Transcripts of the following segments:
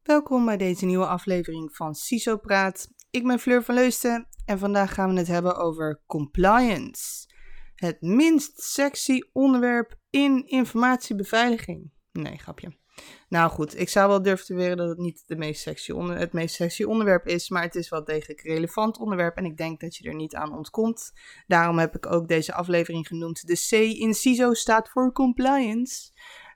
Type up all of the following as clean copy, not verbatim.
Welkom bij deze nieuwe aflevering van CISO Praat. Ik ben Fleur van Leusden en vandaag gaan we het hebben over compliance. Het minst sexy onderwerp in informatiebeveiliging. Nee, grapje. Nou goed, ik zou wel durven te beweren dat het niet het meest sexy onderwerp is, maar het is wel degelijk een relevant onderwerp en ik denk dat je er niet aan ontkomt. Daarom heb ik ook deze aflevering genoemd. De C in CISO staat voor compliance.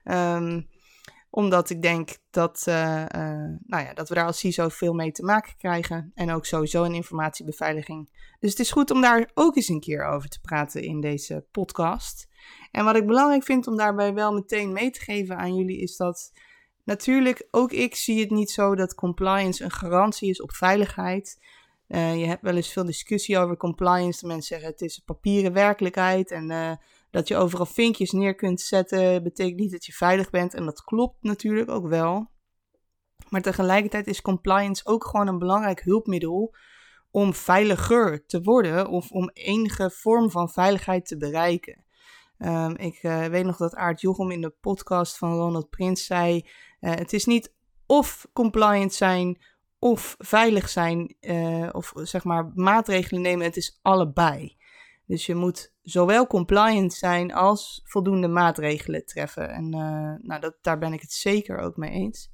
Omdat ik denk dat we daar als CISO veel mee te maken krijgen. En ook sowieso in informatiebeveiliging. Dus het is goed om daar ook eens een keer over te praten in deze podcast. En wat ik belangrijk vind om daarbij wel meteen mee te geven aan jullie is dat natuurlijk ook ik zie het niet zo dat compliance een garantie is op veiligheid. Je hebt wel eens veel discussie over compliance. De mensen zeggen het is een papieren werkelijkheid en dat je overal vinkjes neer kunt zetten betekent niet dat je veilig bent. En dat klopt natuurlijk ook wel. Maar tegelijkertijd is compliance ook gewoon een belangrijk hulpmiddel om veiliger te worden of om enige vorm van veiligheid te bereiken. Ik weet nog dat Aart Jochem in de podcast van Ronald Prins zei, het is niet of compliant zijn of veilig zijn of zeg maar maatregelen nemen, het is allebei. Dus je moet zowel compliant zijn als voldoende maatregelen treffen. En daar ben ik het zeker ook mee eens.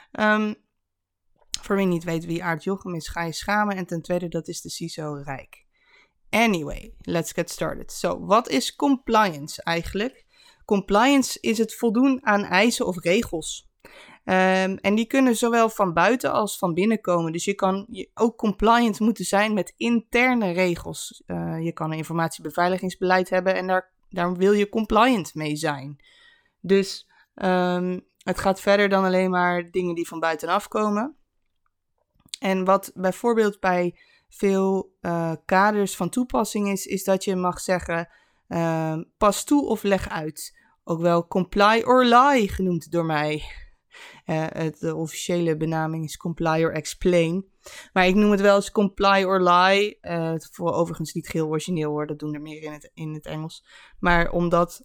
Voor wie niet weet wie Aart Jochem is, ga je schamen. En ten tweede, dat is de CISO Rijk. Anyway, let's get started. So, wat is compliance eigenlijk? Compliance is het voldoen aan eisen of regels. En die kunnen zowel van buiten als van binnen komen. Dus je kan ook compliant moeten zijn met interne regels. Je kan een informatiebeveiligingsbeleid hebben en daar wil je compliant mee zijn. Dus het gaat verder dan alleen maar dingen die van buitenaf komen. En wat bijvoorbeeld bij veel kaders van toepassing is dat je mag zeggen pas toe of leg uit. Ook wel comply or lie genoemd door mij. De officiële benaming is comply or explain. Maar ik noem het wel eens comply or lie. Voor overigens niet heel origineel hoor, dat doen er meer in het Engels. Maar omdat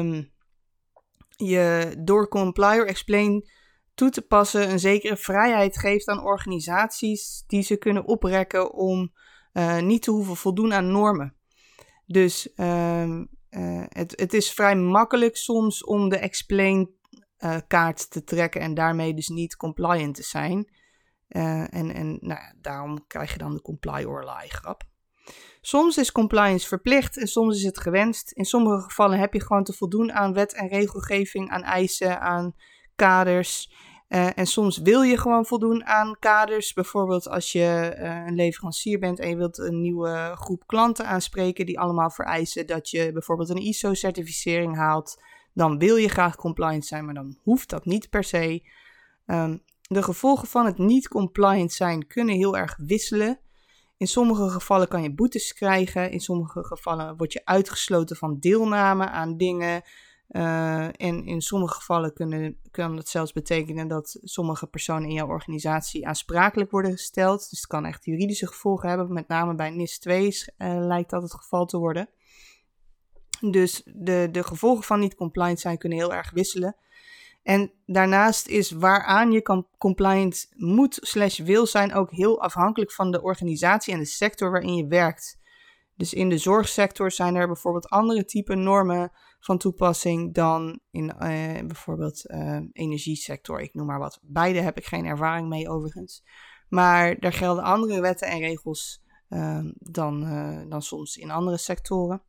je door comply or explain toe te passen een zekere vrijheid geeft aan organisaties die ze kunnen oprekken om niet te hoeven voldoen aan normen. Dus het is vrij makkelijk soms om de explain kaart te trekken en daarmee dus niet compliant te zijn. Daarom krijg je dan de comply or lie grap. Soms is compliance verplicht en soms is het gewenst. In sommige gevallen heb je gewoon te voldoen aan wet en regelgeving, aan eisen, aan kaders. En soms wil je gewoon voldoen aan kaders. Bijvoorbeeld als je een leverancier bent en je wilt een nieuwe groep klanten aanspreken die allemaal vereisen dat je bijvoorbeeld een ISO-certificering haalt. Dan wil je graag compliant zijn, maar dan hoeft dat niet per se. De gevolgen van het niet compliant zijn kunnen heel erg wisselen. In sommige gevallen kan je boetes krijgen. In sommige gevallen word je uitgesloten van deelname aan dingen. En in sommige gevallen kan het zelfs betekenen dat sommige personen in jouw organisatie aansprakelijk worden gesteld. Dus het kan echt juridische gevolgen hebben. Met name bij NIS 2 lijkt dat het geval te worden. Dus de gevolgen van niet compliant zijn kunnen heel erg wisselen. En daarnaast is waaraan je compliant moet/wil zijn ook heel afhankelijk van de organisatie en de sector waarin je werkt. Dus in de zorgsector zijn er bijvoorbeeld andere type normen van toepassing dan in bijvoorbeeld energiesector. Ik noem maar wat. Beide heb ik geen ervaring mee overigens. Maar daar gelden andere wetten en regels dan soms in andere sectoren.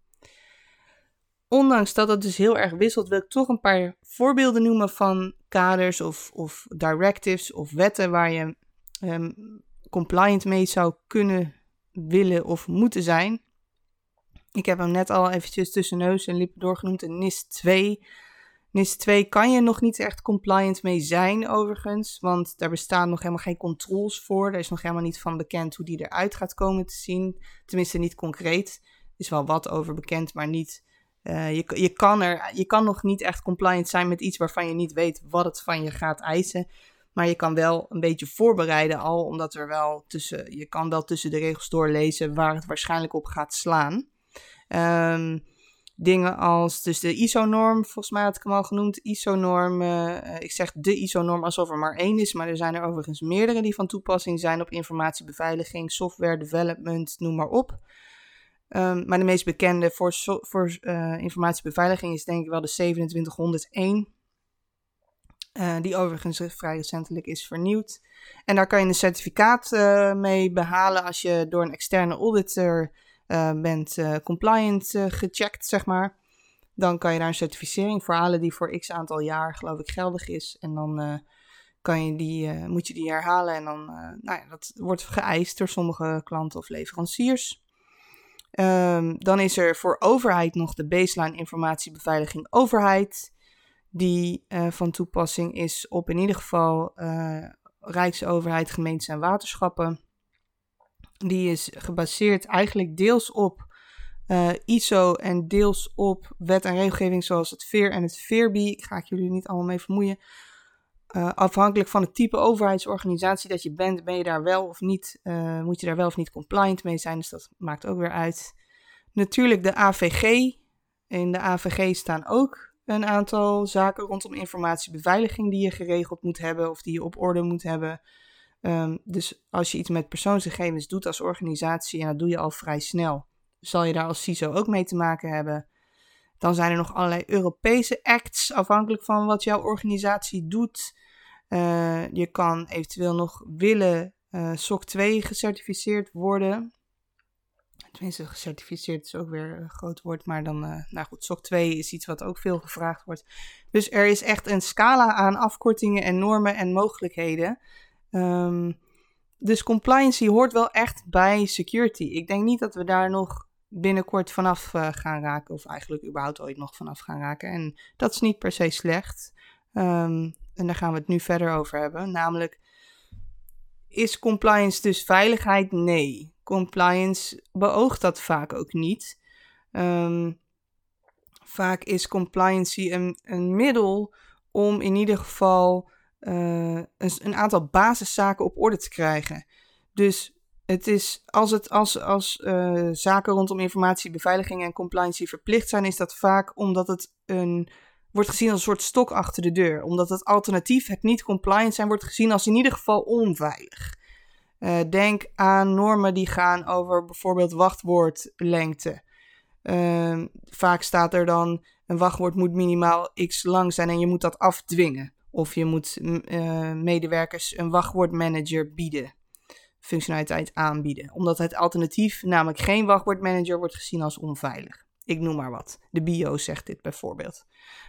Ondanks dat het dus heel erg wisselt, wil ik toch een paar voorbeelden noemen van kaders of directives of wetten waar je compliant mee zou kunnen, willen of moeten zijn. Ik heb hem net al eventjes tussen neus en lippen doorgenoemd, een NIS 2. NIS 2 kan je nog niet echt compliant mee zijn overigens, want daar bestaan nog helemaal geen controls voor. Er is nog helemaal niet van bekend hoe die eruit gaat komen te zien, tenminste niet concreet. Er is wel wat over bekend, maar niet... Je kan nog niet echt compliant zijn met iets waarvan je niet weet wat het van je gaat eisen. Maar je kan wel een beetje voorbereiden al, omdat je kan wel tussen de regels doorlezen waar het waarschijnlijk op gaat slaan. Dingen als dus de ISO-norm, volgens mij had ik hem al genoemd. ISO-norm, ik zeg de ISO-norm alsof er maar één is, maar er zijn er overigens meerdere die van toepassing zijn op informatiebeveiliging, software development, noem maar op. Maar de meest bekende voor informatiebeveiliging is denk ik wel de 2701. Die overigens vrij recentelijk is vernieuwd. En daar kan je een certificaat mee behalen als je door een externe auditor bent compliant gecheckt, zeg maar. Dan kan je daar een certificering voor halen die voor x aantal jaar, geloof ik, geldig is. En dan moet je die herhalen en dan, dat wordt geëist door sommige klanten of leveranciers. Dan is er voor overheid nog de baseline informatiebeveiliging overheid. Die van toepassing is op in ieder geval Rijksoverheid, gemeentes en waterschappen. Die is gebaseerd eigenlijk deels op ISO en deels op wet en regelgeving zoals het VEER en het VEERBI. Ik ga jullie niet allemaal mee vermoeien. Afhankelijk van het type overheidsorganisatie dat je bent, ben je daar wel of niet, moet je daar wel of niet compliant mee zijn. Dus dat maakt ook weer uit. Natuurlijk de AVG. In de AVG staan ook een aantal zaken rondom informatiebeveiliging die je geregeld moet hebben of die je op orde moet hebben. Dus als je iets met persoonsgegevens doet als organisatie, en dat doe je al vrij snel, zal je daar als CISO ook mee te maken hebben. Dan zijn er nog allerlei Europese acts, afhankelijk van wat jouw organisatie doet. Je kan eventueel nog willen SOC 2 gecertificeerd worden. Tenminste, gecertificeerd is ook weer een groot woord, maar dan, SOC 2 is iets wat ook veel gevraagd wordt. Dus er is echt een scala aan afkortingen en normen en mogelijkheden. Dus compliancy hoort wel echt bij security. Ik denk niet dat we daar nog binnenkort vanaf gaan raken, of eigenlijk überhaupt ooit nog vanaf gaan raken. En dat is niet per se slecht. En daar gaan we het nu verder over hebben. Namelijk, is compliance dus veiligheid? Nee. Compliance beoogt dat vaak ook niet. Vaak is compliancy een middel om in ieder geval een aantal basiszaken op orde te krijgen. Dus het is, als zaken rondom informatiebeveiliging en compliancy verplicht zijn, is dat vaak omdat het wordt gezien als een soort stok achter de deur. Omdat het alternatief, het niet compliant zijn, wordt gezien als in ieder geval onveilig. Denk aan normen die gaan over bijvoorbeeld wachtwoordlengte. Vaak staat er dan, een wachtwoord moet minimaal x lang zijn en je moet dat afdwingen. Of je moet medewerkers een wachtwoordmanager bieden. Functionaliteit aanbieden. Omdat het alternatief, namelijk geen wachtwoordmanager, wordt gezien als onveilig. Ik noem maar wat. De BIO zegt dit bijvoorbeeld.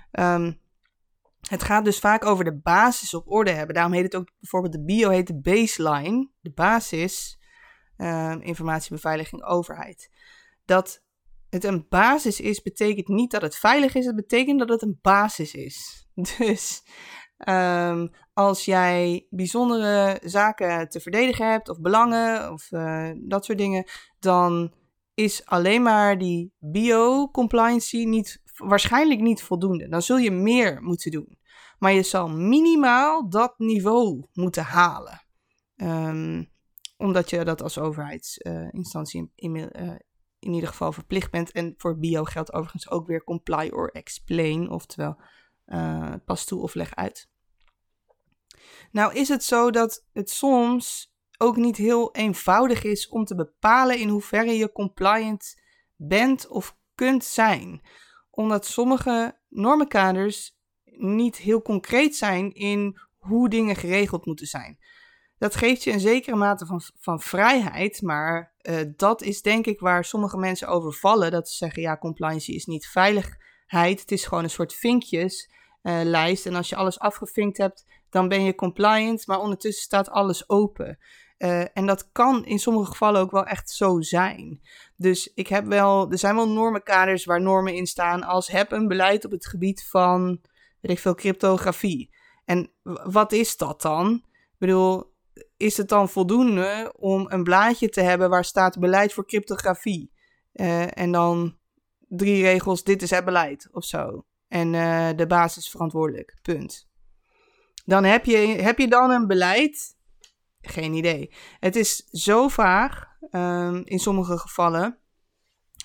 Het gaat dus vaak over de basis op orde hebben. Daarom heet het ook bijvoorbeeld, de BIO heet de baseline, de basis, informatiebeveiliging overheid. Dat het een basis is, betekent niet dat het veilig is. Het betekent dat het een basis is. Dus als jij bijzondere zaken te verdedigen hebt, of belangen, of dat soort dingen, dan is alleen maar die bio-compliancy waarschijnlijk niet voldoende. Dan zul je meer moeten doen. Maar je zal minimaal dat niveau moeten halen. Omdat je dat als overheidsinstantie in ieder geval verplicht bent. En voor bio geldt overigens ook weer comply or explain. Oftewel, pas toe of leg uit. Nou is het zo dat het soms ook niet heel eenvoudig is om te bepalen in hoeverre je compliant bent of kunt zijn. Omdat sommige normenkaders niet heel concreet zijn in hoe dingen geregeld moeten zijn. Dat geeft je een zekere mate van vrijheid, maar dat is denk ik waar sommige mensen over vallen. Dat ze zeggen, ja, compliancy is niet veiligheid, het is gewoon een soort vinkjeslijst. En als je alles afgevinkt hebt, dan ben je compliant, maar ondertussen staat alles open. En dat kan in sommige gevallen ook wel echt zo zijn. Dus er zijn wel normenkaders waar normen in staan als heb een beleid op het gebied van, weet ik veel, cryptografie. En wat is dat dan? Ik bedoel, is het dan voldoende om een blaadje te hebben waar staat beleid voor cryptografie? En dan 3 regels, dit is het beleid of zo. En de baas is verantwoordelijk, punt. Dan heb je dan een beleid? Geen idee. Het is zo vaag in sommige gevallen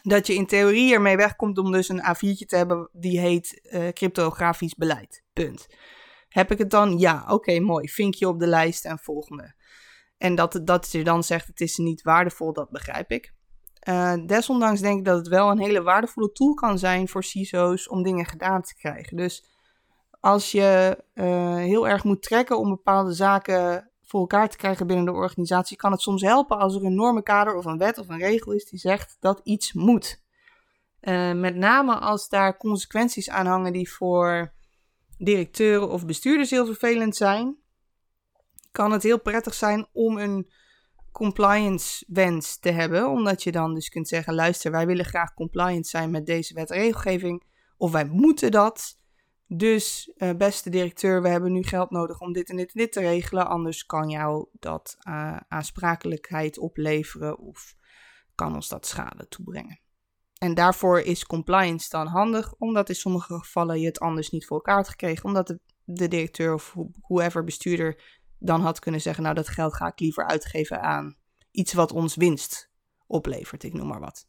dat je in theorie ermee wegkomt om dus een A4'tje te hebben die heet cryptografisch beleid. Punt. Heb ik het dan? Ja, oké, mooi. Vinkje op de lijst en volgende. En dat je dan zegt het is niet waardevol, dat begrijp ik. Desondanks denk ik dat het wel een hele waardevolle tool kan zijn voor CISO's om dingen gedaan te krijgen. Dus als je heel erg moet trekken om bepaalde zaken voor elkaar te krijgen binnen de organisatie, kan het soms helpen als er een normenkader of een wet of een regel is die zegt dat iets moet. Met name als daar consequenties aan hangen die voor directeuren of bestuurders heel vervelend zijn, kan het heel prettig zijn om een compliance wens te hebben. Omdat je dan dus kunt zeggen, luister, wij willen graag compliant zijn met deze wet en regelgeving. Of wij moeten dat. Dus beste directeur, we hebben nu geld nodig om dit en dit en dit te regelen. Anders kan jou dat aansprakelijkheid opleveren of kan ons dat schade toebrengen. En daarvoor is compliance dan handig, omdat in sommige gevallen je het anders niet voor elkaar had gekregen. Omdat de directeur of whoever bestuurder dan had kunnen zeggen, nou dat geld ga ik liever uitgeven aan iets wat ons winst oplevert, ik noem maar wat.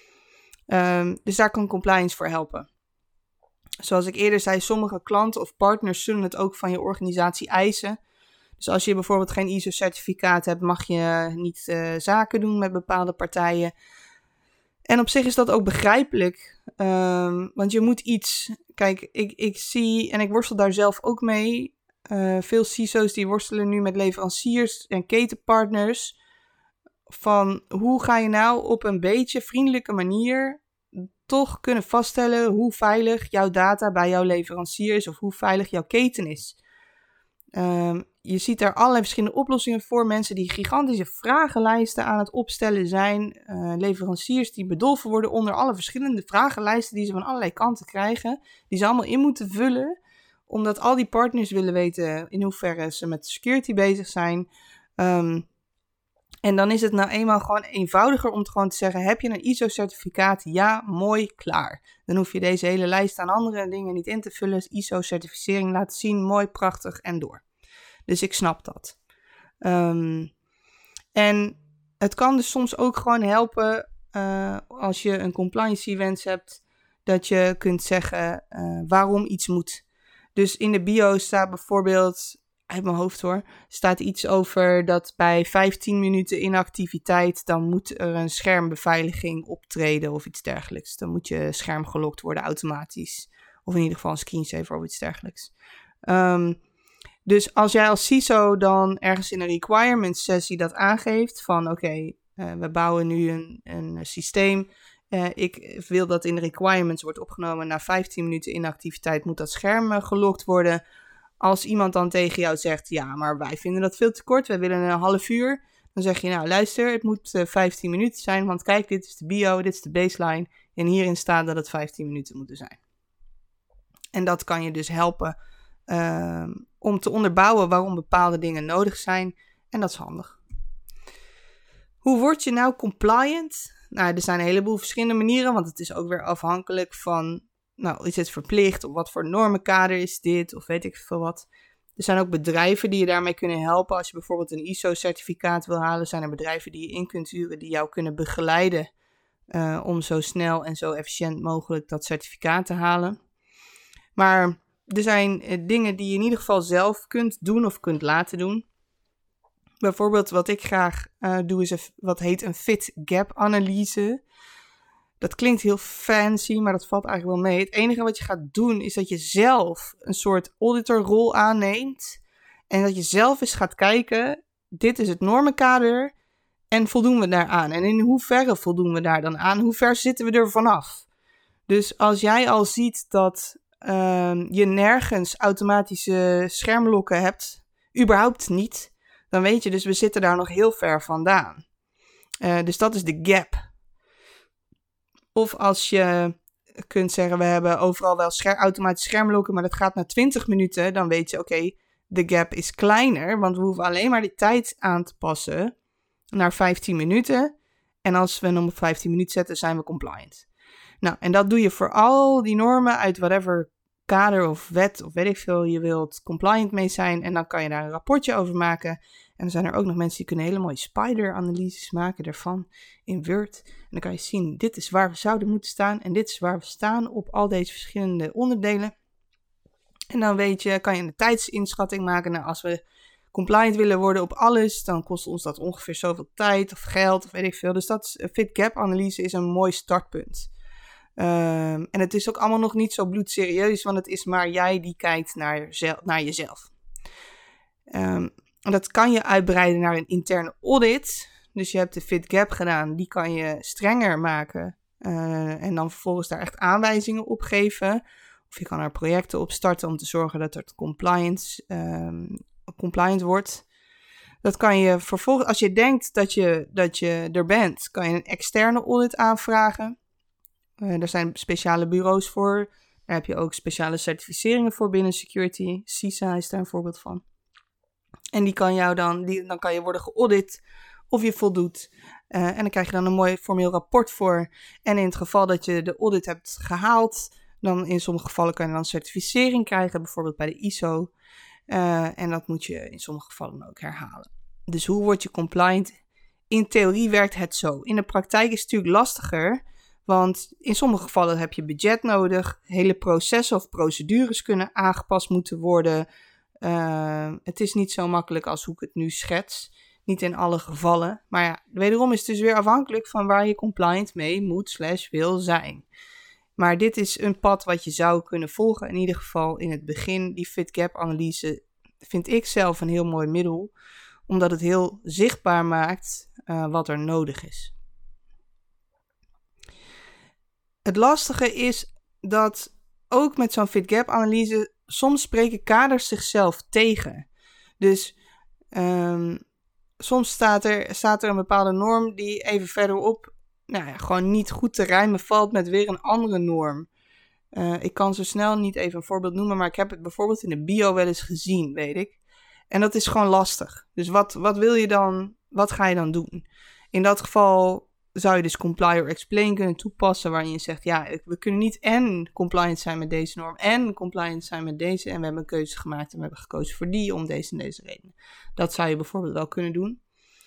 Dus daar kan compliance voor helpen. Zoals ik eerder zei, sommige klanten of partners zullen het ook van je organisatie eisen. Dus als je bijvoorbeeld geen ISO-certificaat hebt, mag je niet zaken doen met bepaalde partijen. En op zich is dat ook begrijpelijk, want je moet iets. Kijk, ik zie, en ik worstel daar zelf ook mee, veel CISO's die worstelen nu met leveranciers en ketenpartners. Van hoe ga je nou op een beetje vriendelijke manier toch kunnen vaststellen hoe veilig jouw data bij jouw leverancier is of hoe veilig jouw keten is. Je ziet daar allerlei verschillende oplossingen voor. Mensen die gigantische vragenlijsten aan het opstellen zijn. Leveranciers die bedolven worden onder alle verschillende vragenlijsten die ze van allerlei kanten krijgen. Die ze allemaal in moeten vullen. Omdat al die partners willen weten in hoeverre ze met security bezig zijn. En dan is het nou eenmaal gewoon eenvoudiger om gewoon te zeggen, heb je een ISO-certificaat? Ja, mooi, klaar. Dan hoef je deze hele lijst aan andere dingen niet in te vullen. ISO-certificering laten zien, mooi, prachtig en door. Dus ik snap dat. En het kan dus soms ook gewoon helpen als je een compliance-wens hebt, dat je kunt zeggen waarom iets moet. Dus in de bio staat bijvoorbeeld, uit mijn hoofd hoor, staat iets over dat bij 15 minuten inactiviteit, dan moet er een schermbeveiliging optreden of iets dergelijks. Dan moet je scherm gelokt worden automatisch. Of in ieder geval een screensaver of iets dergelijks. Dus als jij als CISO dan ergens in een requirements sessie dat aangeeft van oké, we bouwen nu een systeem. Ik wil dat in de requirements wordt opgenomen. Na 15 minuten inactiviteit moet dat scherm gelokt worden. Als iemand dan tegen jou zegt, ja, maar wij vinden dat veel te kort. Wij willen een half uur. Dan zeg je, nou luister, het moet 15 minuten zijn. Want kijk, dit is de bio, dit is de baseline. En hierin staat dat het 15 minuten moeten zijn. En dat kan je dus helpen om te onderbouwen waarom bepaalde dingen nodig zijn. En dat is handig. Hoe word je nou compliant? Nou, er zijn een heleboel verschillende manieren, want het is ook weer afhankelijk van, nou, is het verplicht? Of wat voor normenkader is dit? Of weet ik veel wat. Er zijn ook bedrijven die je daarmee kunnen helpen. Als je bijvoorbeeld een ISO-certificaat wil halen, zijn er bedrijven die je in kunt huren, die jou kunnen begeleiden om zo snel en zo efficiënt mogelijk dat certificaat te halen. Maar er zijn dingen die je in ieder geval zelf kunt doen of kunt laten doen. Bijvoorbeeld wat ik graag doe is wat heet een fit gap analyse. Dat klinkt heel fancy, maar dat valt eigenlijk wel mee. Het enige wat je gaat doen is dat je zelf een soort auditorrol aanneemt. En dat je zelf eens gaat kijken, dit is het normenkader en voldoen we daaraan? En in hoeverre voldoen we daar dan aan? Hoe ver zitten we er vanaf? Dus als jij al ziet dat je nergens automatische schermlokken hebt, überhaupt niet, dan weet je dus, we zitten daar nog heel ver vandaan. Dus dat is de gap. Of als je kunt zeggen, we hebben overal wel automatische schermlokken, maar dat gaat na 20 minuten, dan weet je, oké, de gap is kleiner, want we hoeven alleen maar die tijd aan te passen naar 15 minuten. En als we hem op 15 minuten zetten, zijn we compliant. Nou, en dat doe je voor al die normen uit whatever kader of wet of weet ik veel je wilt compliant mee zijn. En dan kan je daar een rapportje over maken. En dan zijn er ook nog mensen die kunnen hele mooie spider-analyses maken daarvan in Word. En dan kan je zien, dit is waar we zouden moeten staan en dit is waar we staan op al deze verschillende onderdelen. En dan kan je een tijdsinschatting maken. Nou, als we compliant willen worden op alles, dan kost ons dat ongeveer zoveel tijd of geld of weet ik veel. Dus fit gap analyse is een mooi startpunt. En het is ook allemaal nog niet zo bloedserieus, want het is maar jij die kijkt naar jezelf. Dat kan je uitbreiden naar een interne audit. Dus je hebt de fit gap gedaan, die kan je strenger maken. En dan vervolgens daar echt aanwijzingen op geven. Of je kan er projecten op starten om te zorgen dat het compliant wordt. Dat kan je vervolgens, als je denkt dat je er bent, kan je een externe audit aanvragen. Daar zijn speciale bureaus voor. Daar heb je ook speciale certificeringen voor binnen security. CISA is daar een voorbeeld van. En die kan dan kan je worden geaudit of je voldoet. En dan krijg je dan een mooi formeel rapport voor. En in het geval dat je de audit hebt gehaald, dan in sommige gevallen kan je dan certificering krijgen, bijvoorbeeld bij de ISO. En dat moet je in sommige gevallen ook herhalen. Dus hoe word je compliant? In theorie werkt het zo. In de praktijk is het natuurlijk lastiger, want in sommige gevallen heb je budget nodig. Hele processen of procedures kunnen aangepast moeten worden. Het is niet zo makkelijk als hoe ik het nu schets. Niet in alle gevallen. Maar ja, wederom is het dus weer afhankelijk van waar je compliant mee moet/wil zijn. Maar dit is een pad wat je zou kunnen volgen. In ieder geval in het begin. Die fit gap analyse vind ik zelf een heel mooi middel. Omdat het heel zichtbaar maakt wat er nodig is. Het lastige is dat ook met zo'n fit gap analyse soms spreken kaders zichzelf tegen. Dus soms staat er een bepaalde norm die even verderop gewoon niet goed te rijmen valt met weer een andere norm. Ik kan zo snel niet even een voorbeeld noemen, maar ik heb het bijvoorbeeld in de bio wel eens gezien, weet ik. En dat is gewoon lastig. Dus wat wil je dan, wat ga je dan doen? In dat geval zou je dus comply or explain kunnen toepassen, waarin je zegt, ja, we kunnen niet en compliant zijn met deze norm en compliant zijn met deze. En we hebben een keuze gemaakt en we hebben gekozen voor die om deze en deze reden. Dat zou je bijvoorbeeld wel kunnen doen.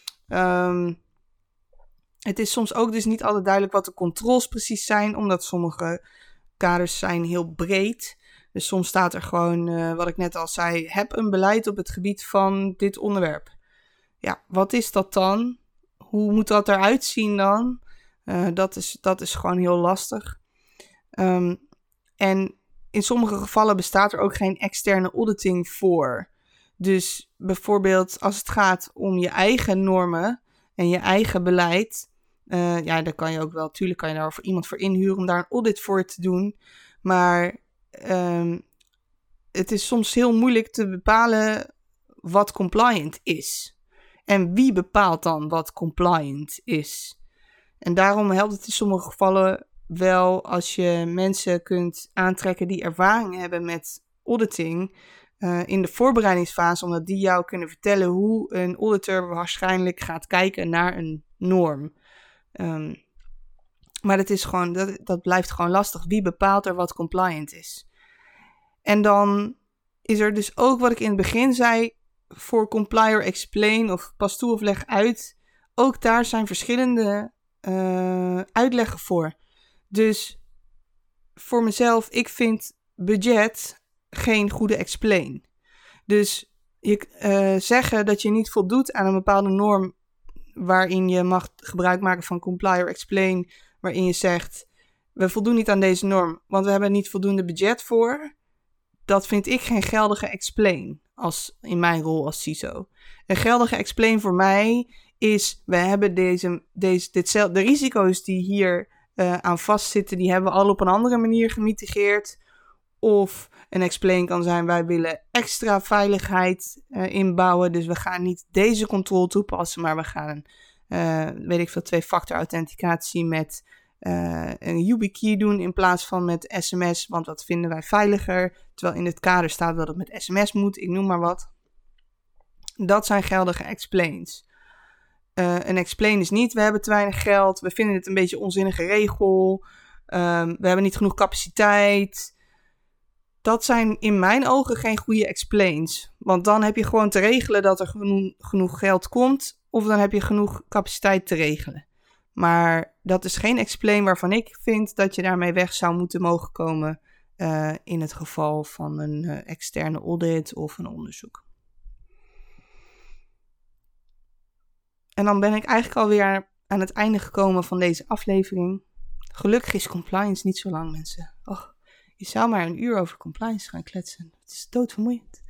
Het is soms ook dus niet altijd duidelijk wat de controls precies zijn, omdat sommige kaders zijn heel breed. Dus soms staat er gewoon, wat ik net al zei, heb een beleid op het gebied van dit onderwerp. Ja, wat is dat dan? Hoe moet dat eruit zien dan? Dat is gewoon heel lastig. En in sommige gevallen bestaat er ook geen externe auditing voor. Dus bijvoorbeeld als het gaat om je eigen normen en je eigen beleid, dan kan je ook wel, natuurlijk kan je daar voor iemand voor inhuren om daar een audit voor te doen. Maar het is soms heel moeilijk te bepalen wat compliant is. En wie bepaalt dan wat compliant is? En daarom helpt het in sommige gevallen wel als je mensen kunt aantrekken die ervaring hebben met auditing in de voorbereidingsfase, omdat die jou kunnen vertellen hoe een auditor waarschijnlijk gaat kijken naar een norm. Maar dat blijft gewoon lastig. Wie bepaalt er wat compliant is? En dan is er dus ook wat ik in het begin zei, voor comply or explain of pas toe of leg uit. Ook daar zijn verschillende uitleggen voor. Dus voor mezelf, ik vind budget geen goede explain. Dus zeggen dat je niet voldoet aan een bepaalde norm waarin je mag gebruik maken van comply or explain, waarin je zegt, we voldoen niet aan deze norm, want we hebben niet voldoende budget voor. Dat vind ik geen geldige explain in mijn rol als CISO. Een geldige explain voor mij is, we hebben de risico's die hier aan vastzitten, die hebben we al op een andere manier gemitigeerd. Of een explain kan zijn, wij willen extra veiligheid inbouwen, dus we gaan niet deze controle toepassen, maar we gaan twee-factor authenticatie met een YubiKey doen in plaats van met sms, want dat vinden wij veiliger, terwijl in het kader staat dat het met sms moet, ik noem maar wat. Dat zijn geldige explains. Een explain is niet, we hebben te weinig geld, we vinden het een beetje een onzinnige regel, we hebben niet genoeg capaciteit. Dat zijn in mijn ogen geen goede explains. Want dan heb je gewoon te regelen dat er genoeg geld komt. Of dan heb je genoeg capaciteit te regelen. Maar dat is geen explain waarvan ik vind dat je daarmee weg zou moeten mogen komen. In het geval van een externe audit of een onderzoek. En dan ben ik eigenlijk alweer aan het einde gekomen van deze aflevering. Gelukkig is compliance niet zo lang, mensen. Och, je zou maar een uur over compliance gaan kletsen. Het is doodvermoeiend.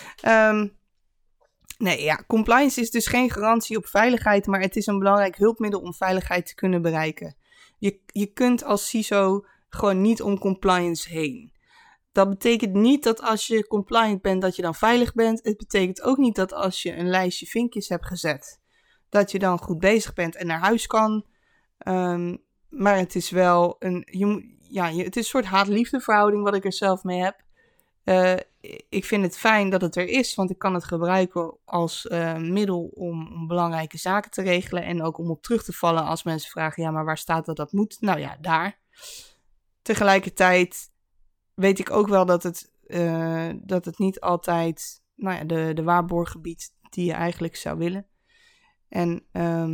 Compliance is dus geen garantie op veiligheid, maar het is een belangrijk hulpmiddel om veiligheid te kunnen bereiken. Je kunt als CISO gewoon niet om compliance heen. Dat betekent niet dat als je compliant bent, dat je dan veilig bent. Het betekent ook niet dat als je een lijstje vinkjes hebt gezet, dat je dan goed bezig bent en naar huis kan. Maar het is wel het is een soort haat-liefde verhouding wat ik er zelf mee heb. Ik vind het fijn dat het er is, want ik kan het gebruiken als middel om belangrijke zaken te regelen. En ook om op terug te vallen als mensen vragen, ja, maar waar staat dat moet? Nou ja, daar. Tegelijkertijd weet ik ook wel dat het niet altijd de waarborg biedt die je eigenlijk zou willen. En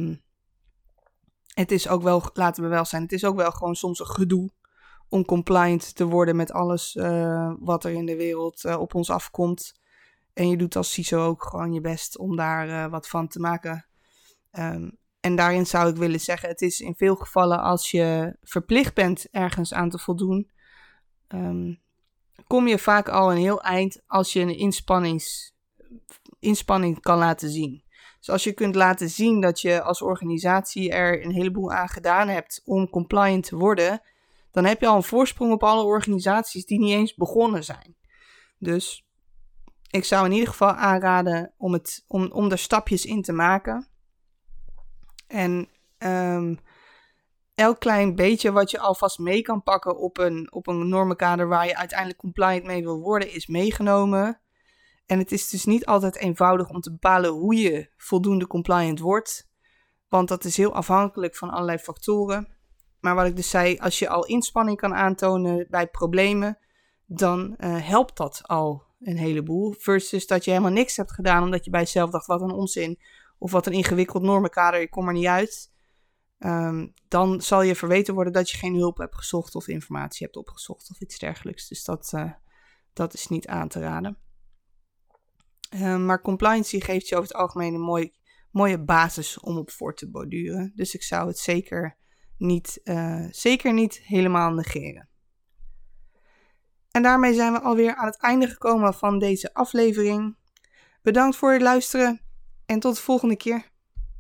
het is ook wel, laten we wel zijn, het is ook wel gewoon soms een gedoe om compliant te worden met alles wat er in de wereld op ons afkomt. En je doet als CISO ook gewoon je best om daar wat van te maken. En daarin zou ik willen zeggen, het is in veel gevallen als je verplicht bent ergens aan te voldoen, kom je vaak al een heel eind als je een inspanning kan laten zien. Dus als je kunt laten zien dat je als organisatie er een heleboel aan gedaan hebt om compliant te worden, dan heb je al een voorsprong op alle organisaties die niet eens begonnen zijn. Dus ik zou in ieder geval aanraden om er stapjes in te maken. En elk klein beetje wat je alvast mee kan pakken op een normenkader waar je uiteindelijk compliant mee wil worden, is meegenomen. En het is dus niet altijd eenvoudig om te bepalen hoe je voldoende compliant wordt. Want dat is heel afhankelijk van allerlei factoren. Maar wat ik dus zei, als je al inspanning kan aantonen bij problemen, dan helpt dat al een heleboel. Versus dat je helemaal niks hebt gedaan omdat je bij jezelf dacht, wat een onzin. Of wat een ingewikkeld normenkader, ik kom er niet uit. Dan zal je verweten worden dat je geen hulp hebt gezocht of informatie hebt opgezocht of iets dergelijks. Dus dat is niet aan te raden. Maar compliancy geeft je over het algemeen een mooie basis om op voor te borduren. Dus ik zou het zeker niet helemaal negeren. En daarmee zijn we alweer aan het einde gekomen van deze aflevering. Bedankt voor het luisteren en tot de volgende keer.